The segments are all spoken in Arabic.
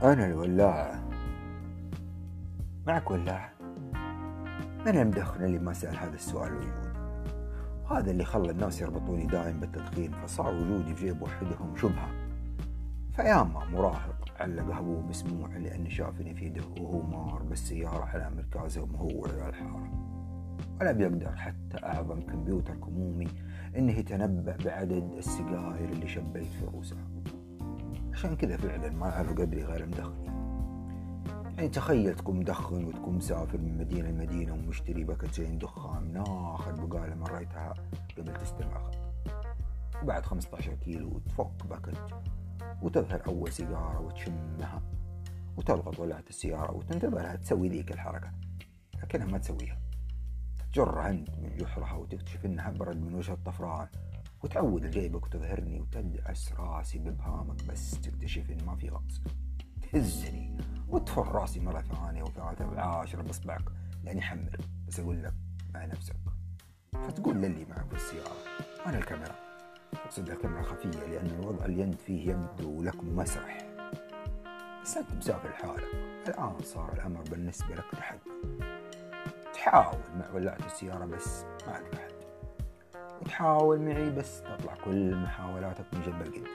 أنا الولاعة. معك ولاعة؟ من المدخن اللي ما سأل هذا السؤال وجودي، وهذا اللي خلى الناس يربطوني دائم بالتدخين، فصار وجودي في جيب وحدهم شبهة. فياما مراهق علق أبوه مسموع لأنه شافني في يده وهو مار بالسيارة على مركزه ومهوع على الحارة، ولا بيقدر حتى أعظم كمبيوتر كمومي إنه يتنبأ بعدد السجاير اللي شبيت في رؤوسها. عشان كذا فعلا ما أعرف قدري غير مدخنين. يعني تخيل تكون مدخن وتكون مسافر من مدينة لمدينة ومشتري باكتين دخان ناخذ بقالة مريتها قبل تستلم أخذ، وبعد 15 كيلو تفك باكت وتظهر أول سيجارة وتشمها وتلقط ولعة السيارة وتنتظرها تسوي ذيك الحركة، لكنها ما تسويها. تجرها أنت من جحرها وتكتشف إنها برد من وجه الطفران، وتعود لجيبك وتظهرني وتدعس راسي ببهامك بس تكتشف إن ما في غطس. تهزني وتفر راسي مرة ثانية وثالثة وعاشرة بصبعك لأني حمل، بس أقول لك مع نفسك. فتقول للي معك في السيارة أنا الكاميرا. أقصد الكاميرا خفية لأن الوضع اللي أنت فيه يبدو لك مسرح، بس أنت مسافر لحالك. الآن صار الأمر بالنسبة لك تحدي. تحاول مع ولعة السيارة بس ما أقدر أحد، وتحاول معي بس تطلع كل محاولاتك من جنب القدام.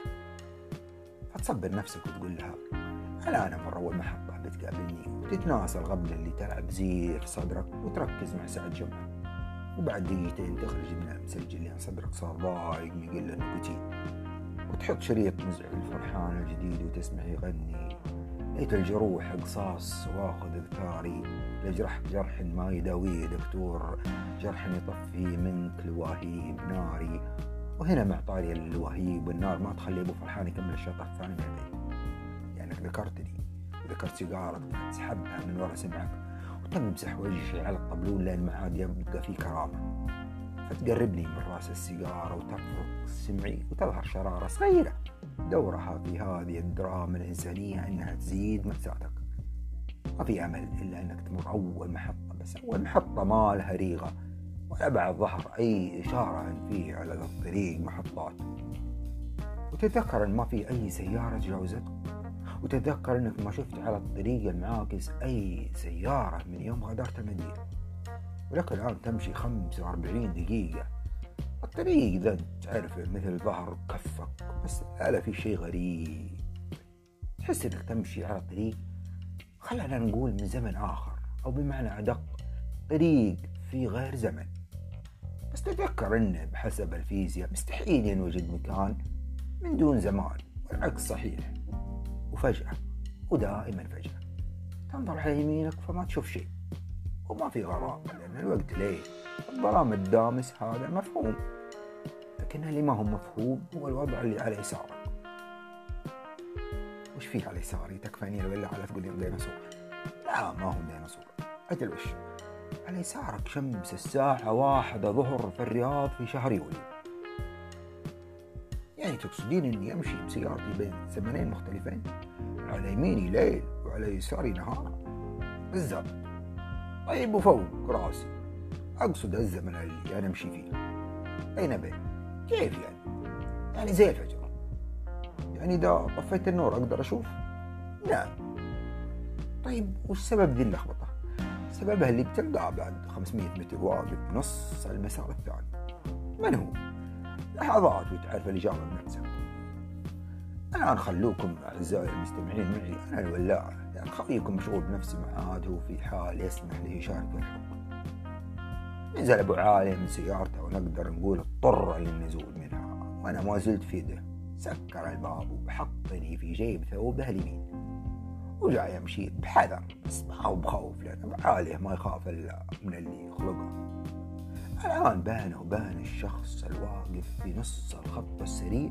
فتصبر نفسك وتقول لها أنا مرة أول محطة بتقابلني، وتتناسى الغبنة اللي تلعب زير في صدرك وتركز مع ساعة جمعة، وبعد دقيقتين تخرج من المسجل لأن صدرك صار ضايق من قلة النيكوتين، وتحط شريط مزعج الفرحان الجديد وتسمع يغني ليت الجروح قصاص واخذ اذكاري لجرح جرح ما يداويه دكتور، جرح يطفي منك لوهيب ناري. وهنا مع طاري الوهيب والنار ما تخلي ابو فرحان يكمل الشطر الثاني من البيت، لانك ذكرتني وذكرت سيجارتك تسحبها من ورا سمعك وتمسح وجهي على الطبلون لين ما عاد يبقى فيه كرامه. فتقربني من راس السيجاره وتفرق سمعي وتظهر شراره صغيره دورها في هذه الدراما الإنسانية أنها تزيد مأساتك. ما في أمل إلا أنك تمر أول محطة، بس أول محطة ما لها ريغة ولا بعد ظهر أي إشارة أن فيه على الطريق محطات، وتتذكر أن ما في أي سيارة تجاوزتك، وتتذكر أنك ما شفت على الطريق المعاكس أي سيارة من يوم غادرت المدينة، ولك الآن تمشي 45 دقيقة. الطريق ذا تعرف مثل ظهر كفك، بس لا في شيء غريب، تحس انك تمشي على طريق خلنا نقول من زمن آخر، أو بمعنى أدق طريق في غير زمن. بس تتذكر أنه بحسب الفيزياء مستحيل ينوجد مكان من دون زمان، والعكس صحيح. وفجأة ودائما فجأة تنظر على يمينك فما تشوف شيء، وما في غرابة لأن الوقت ليل، الظلام الدامس هذا مفهوم، لكن اللي ما هو مفهوم هو الوضع اللي على يسارك. وش فيه على يساري؟ تكفيني ولا على تقول لي ديناصور؟ لا ما هو ديناصور، أجل وش على يسارك؟ شمس الساعة 1 ظهر في الرياض في شهر يوليو. يعني تقصدين اني امشي بسيارتي بين زمنين مختلفين، على يميني ليل وعلى يساري نهار؟ بالضبط. طيب وفوق راسي اقصد الزمن اللي انا امشي فيه اين بين؟ كيف يعني زي الفجر؟ يعني اذا طفيت النور اقدر اشوف؟ نعم. طيب وش سبب ذي اللخبطه؟ سببها اللي بتلقاه بعد 500 متر واقف بنص المسار الثاني. من هو؟ لحظات وتعرف الإجابة بنفسك. الآن خلوكم أعزائي المستمعين معي أنا الولاعة، يعني خويكم مشغول بنفسي معاد هو في حال يسمح له يشارك في الحكم. نزل أبو عالي من سيارته ونقدر نقول اضطر للنزول منها، وأنا ما زلت في يده. سكر الباب وحطني في جيب ثوبه اليمين وجاء يمشي بحذر، بس ما هو بخوف لأن أبو عالي ما يخاف إلا من اللي يخلقه. الآن بان وبان الشخص الواقف في نص الخط السريع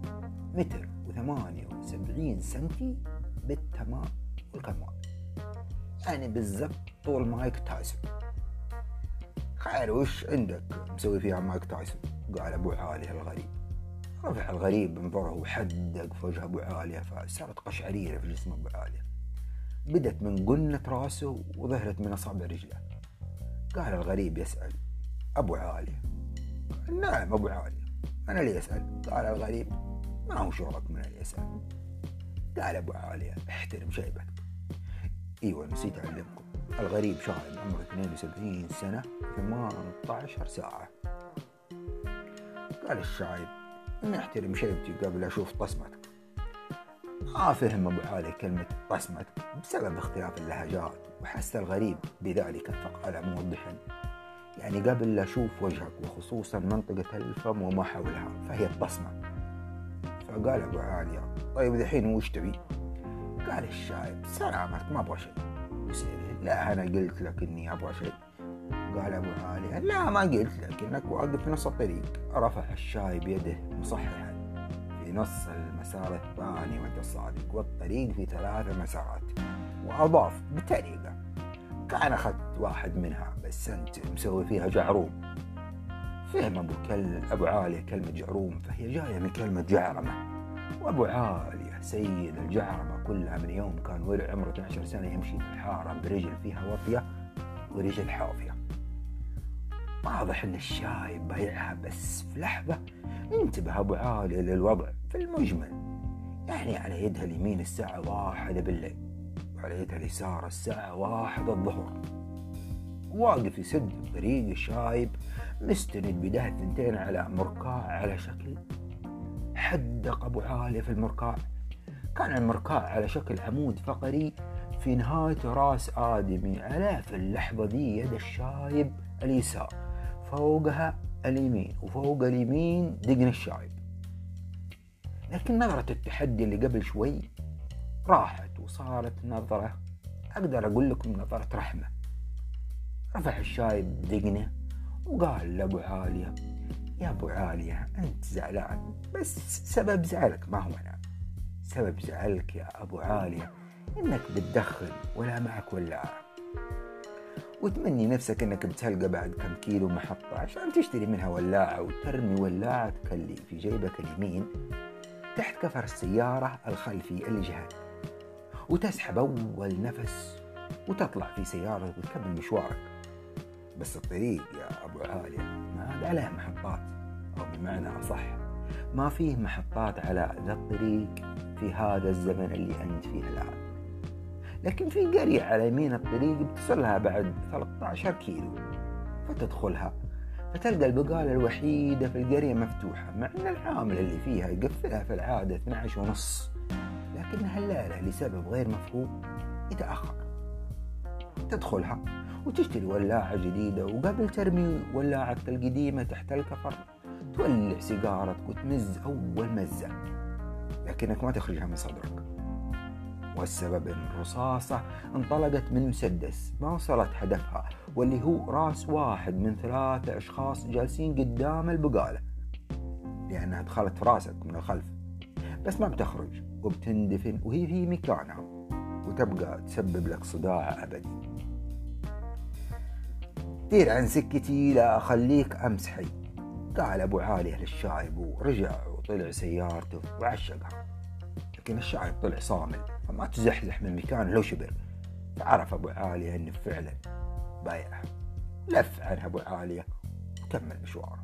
1.78 متر بالتمام والكمال، يعني بالضبط طول مايك تايسون. خير وش عندك مسوي فيها مايك تايسون؟ قال أبو عالية الغريب. رفع الغريب انظره وحدق في وجه أبو عالية، فصارت قشعريرة في جسم أبو عالية، بدت من قنة راسه وظهرت من أصابع رجله. قال الغريب يسأل أبو عالية؟ نعم أبو عالية. أنا اللي أسأل. قال الغريب ما هو شغلك من اللي يسأل؟ قال أبو عالية احترم شيبتك. ايوه نسيت اعلمكم، الغريب شاهد عمره 72 سنة 18 ساعة. قال الشايب اني احترم شيبتي قبل اشوف طسمتك. ما فهم ابو عالي كلمة طسمتك بسبب اختلاف اللهجات، وحس الغريب بذلك فقال موضحا يعني قبل لا اشوف وجهك وخصوصا منطقة الفم وما حولها فهي الطسمة. فقال ابو عالي طيب ذحين وش تبي؟ قال الشايب سلامتك ما ابغى شيء. لا انا قلت لك اني ابغى شيء. قال ابو عالية لا ما قلت لك انك واقف في نص الطريق. رفع الشايب يده مصححا في نص المسار الثاني وانت صادق، والطريق في 3 مسارات. واضاف بطريقة كان اخذت واحد منها بس انت مسوي فيها جعروم. فهم ابو عالية كلمة جعروم فهي جاية من كلمة جعرمة، وابو عالية سيد الجعرمة كلها من يوم كان ولع عمره 12 سنة يمشي في الحارة برجل فيها وطية ورجل حافية. واضح ان الشايب بايعها، بس في لحظة انتبه ابو عالية للوضع في المجمل، يعني على يدها اليمين الساعة 1 بالليل وعلى يدها اليسار الساعة 1 الظهر. واقف يسد طريق الشايب مستند بداية 2 على مركاع على شكل. حدق ابو عالية في المركاع. كان المركاع على شكل عمود فقري في نهاية راس آدمي، على في اللحظة دي يد الشايب اليسار فوقها اليمين وفوق اليمين دقن الشايب. لكن نظرة التحدي اللي قبل شوي راحت وصارت نظرة أقدر أقول لكم نظرة رحمة. رفع الشايب دقنه وقال لأبو عالية يا أبو عالية أنت زعلان، بس سبب زعلك ما هو أنا. سبب زعلك يا أبو عالية إنك بتدخن ولا معك ولاعة، وتمني نفسك إنك بتلقى بعد كم كيلو محطة عشان تشتري منها ولاعة وترمي ولاعتك اللي في جيبك اليمين تحت كفر السيارة الخلفي اللي جهك، وتسحب أول نفس وتطلع في سيارتك وتكمل مشوارك. بس الطريق يا أبو عالية ما عاد عليه محطات، أو بمعنى أصح ما فيه محطات على ذا الطريق في هذا الزمن اللي أنت فيه الآن. لكن في قرية على يمين الطريق بتصلها بعد 13 كيلو، فتدخلها فتلقى البقالة الوحيدة في القرية مفتوحة، مع أن العامل اللي فيها يقفلها في العادة 12:30، لكنها الليلة لسبب غير مفهوم يتأخر. تدخلها وتشتري ولاعة جديدة، وقبل ترمي ولاعتك القديمة تحت الكفر تولع سيجارتك وتمز أول مزة، لكنك ما تخرجها من صدرك. والسبب ان الرصاصة انطلقت من مسدس ما وصلت هدفها، واللي هو راس واحد من 3 أشخاص جالسين قدام البقالة، لأنها دخلت في راسك من الخلف بس ما بتخرج وبتندفن وهي في مكانها وتبقى تسبب لك صداع أبدي. دير عن سكتي لا أخليك أمس حي، قال أبو عالية للشايب، ورجع وطلع سيارته وعشقها. لكن الشايب طلع صامل فما تزحزح من مكانه لو شبر، فعرف أبو عالية أنه فعلا بايعها. لف عنها أبو عالية وكمل مشواره،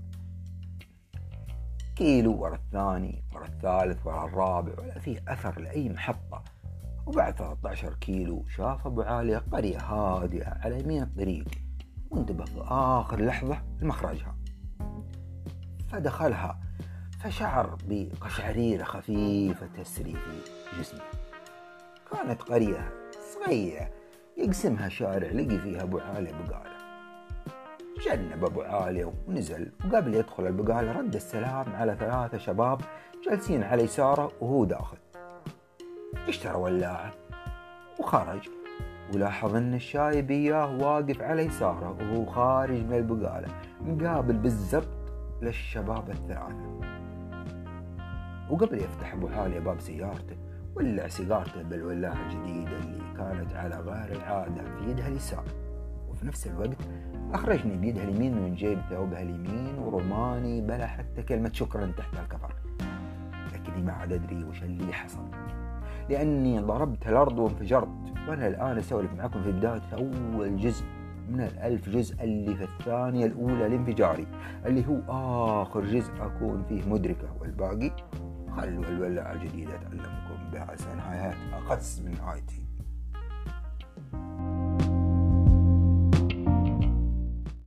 كيلو ورا الثاني ورا الثالث ورا الرابع ولا فيه أثر لأي محطة. وبعد 13 كيلو شاف أبو عالية قرية هادئة على يمين الطريق، وانتبه في آخر لحظة لمخرجها فدخلها، فشعر بقشعريرة خفيفة تسري في جسمه. كانت قرية صغيرة يقسمها شارع لقي فيها أبو عالية بقالة. جنب أبو عالية ونزل، وقبل يدخل البقالة رد السلام على 3 شباب جالسين على يساره وهو داخل. اشترى ولاعة وخرج، ولاحظ ان الشايب اياه واقف على يساره وهو خارج من البقالة مقابل بالضبط للشباب ال3. وقبل يفتح أبو عالية باب سيارته ولع سيجارته بالولاعة الجديدة اللي كانت على غير العادة في يدها اليسار، وفي نفس الوقت أخرجني بيدها اليمين من جيب ثوبها اليمين ورماني بلا حتى كلمة شكرا تحت الكفر. لكني ما عاد أدري وش اللي حصل، لأني ضربت الأرض وانفجرت. وأنا الآن أسولف معكم في بداية أول جزء من 1000 جزء اللي في الثانية الأولى لانفجاري، اللي هو آخر جزء أكون فيه مدركة، والباقي خلوا الولاعة الجديدة أتعلمكم بها، عشان هاي أقص من IT.